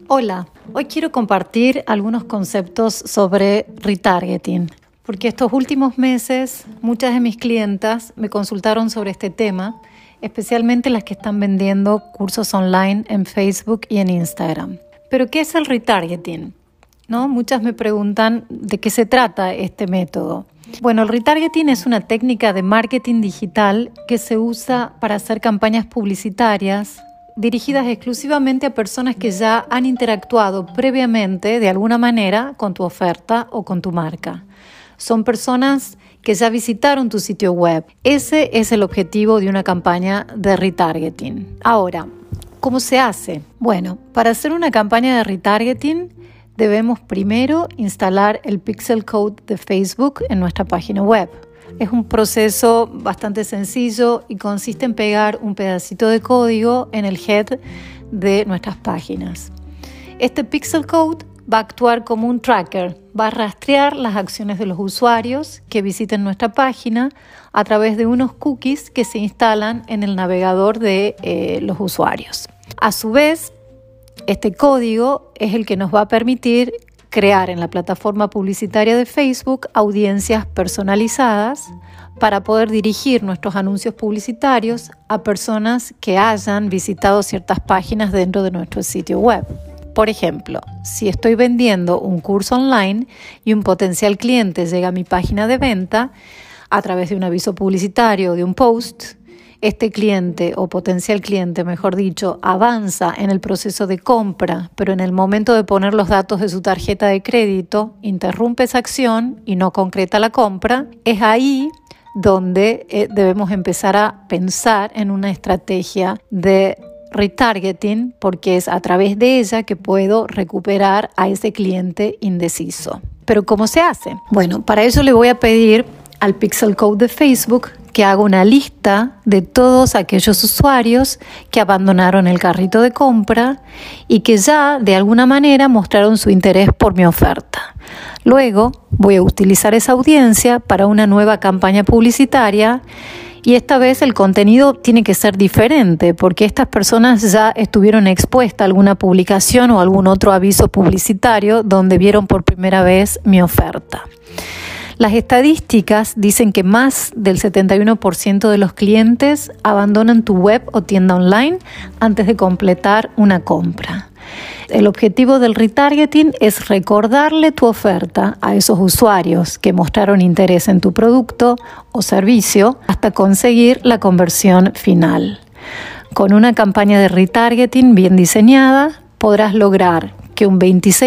Hola, hoy quiero compartir algunos conceptos sobre retargeting, porque estos últimos meses muchas de mis clientas me consultaron sobre este tema, especialmente las que están vendiendo cursos online en Facebook y en Instagram. ¿Pero qué es el retargeting? ¿No? Muchas me preguntan de qué se trata este método. Bueno, el retargeting es una técnica de marketing digital que se usa para hacer campañas publicitarias dirigidas exclusivamente a personas que ya han interactuado previamente de alguna manera con tu oferta o con tu marca. Son personas que ya visitaron tu sitio web. Ese es el objetivo de una campaña de retargeting. Ahora, ¿cómo se hace? Bueno, para hacer una campaña de retargeting debemos primero instalar el Pixel Code de Facebook en nuestra página web. Es un proceso bastante sencillo y consiste en pegar un pedacito de código en el head de nuestras páginas. Este Pixel Code va a actuar como un tracker, va a rastrear las acciones de los usuarios que visiten nuestra página a través de unos cookies que se instalan en el navegador de los usuarios. A su vez, este código es el que nos va a permitir crear en la plataforma publicitaria de Facebook audiencias personalizadas para poder dirigir nuestros anuncios publicitarios a personas que hayan visitado ciertas páginas dentro de nuestro sitio web. Por ejemplo, si estoy vendiendo un curso online y un potencial cliente llega a mi página de venta a través de un aviso publicitario o de un post, este cliente o potencial cliente, mejor dicho, avanza en el proceso de compra, pero en el momento de poner los datos de su tarjeta de crédito, interrumpe esa acción y no concreta la compra. Es ahí donde debemos empezar a pensar en una estrategia de retargeting, porque es a través de ella que puedo recuperar a ese cliente indeciso. ¿Pero cómo se hace? Bueno, para ello le voy a pedir al Pixel Code de Facebook que haga una lista de todos aquellos usuarios que abandonaron el carrito de compra y que ya de alguna manera mostraron su interés por mi oferta. Luego voy a utilizar esa audiencia para una nueva campaña publicitaria y esta vez el contenido tiene que ser diferente porque estas personas ya estuvieron expuestas a alguna publicación o algún otro aviso publicitario donde vieron por primera vez mi oferta. Las estadísticas dicen que más del 71% de los clientes abandonan tu web o tienda online antes de completar una compra. El objetivo del retargeting es recordarle tu oferta a esos usuarios que mostraron interés en tu producto o servicio hasta conseguir la conversión final. Con una campaña de retargeting bien diseñada, podrás lograr que un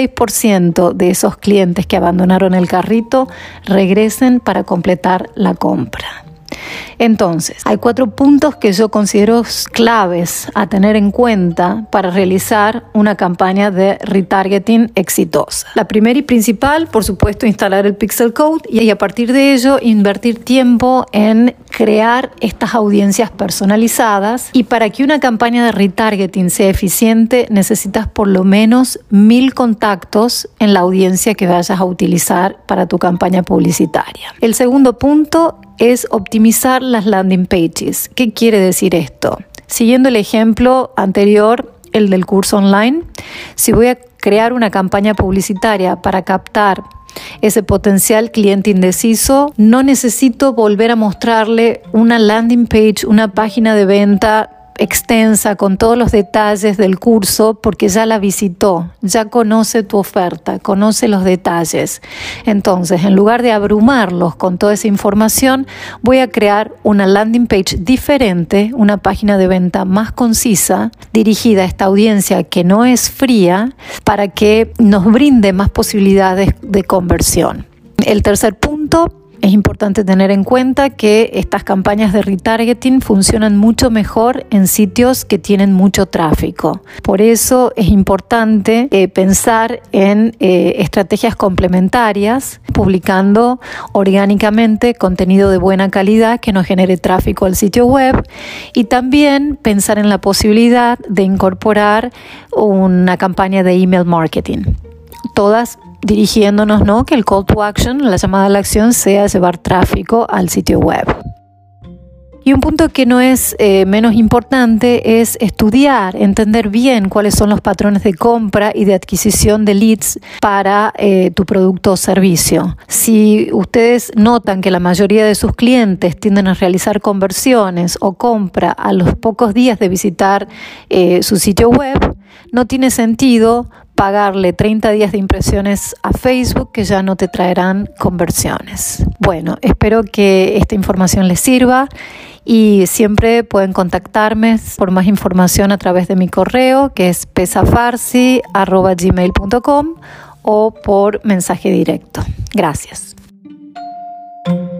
26% de esos clientes que abandonaron el carrito regresen para completar la compra. Entonces, hay 4 puntos que yo considero claves a tener en cuenta para realizar una campaña de retargeting exitosa. La primera y principal, por supuesto, instalar el Pixel Code y a partir de ello invertir tiempo en crear estas audiencias personalizadas. Y para que una campaña de retargeting sea eficiente, necesitas por lo menos 1000 contactos en la audiencia que vayas a utilizar para tu campaña publicitaria. El segundo punto es optimizar las landing pages. ¿Qué quiere decir esto? Siguiendo el ejemplo anterior, el del curso online, si voy a crear una campaña publicitaria para captar ese potencial cliente indeciso, no necesito volver a mostrarle una landing page, una página de venta extensa con todos los detalles del curso porque ya la visitó, ya conoce tu oferta, conoce los detalles. Entonces, en lugar de abrumarlos con toda esa información, voy a crear una landing page diferente, una página de venta más concisa, dirigida a esta audiencia que no es fría, para que nos brinde más posibilidades de conversión. El tercer punto: es importante tener en cuenta que estas campañas de retargeting funcionan mucho mejor en sitios que tienen mucho tráfico. Por eso es importante pensar en estrategias complementarias, publicando orgánicamente contenido de buena calidad que nos genere tráfico al sitio web y también pensar en la posibilidad de incorporar una campaña de email marketing. Todas dirigiéndonos, ¿no?, que el call to action, la llamada a la acción, sea llevar tráfico al sitio web. Y un punto que no es menos importante es estudiar, entender bien cuáles son los patrones de compra y de adquisición de leads para tu producto o servicio. Si ustedes notan que la mayoría de sus clientes tienden a realizar conversiones o compra a los pocos días de visitar su sitio web, no tiene sentido pagarle 30 días de impresiones a Facebook que ya no te traerán conversiones. Bueno, espero que esta información les sirva y siempre pueden contactarme por más información a través de mi correo, que es pesafarsi@gmail.com, o por mensaje directo. Gracias.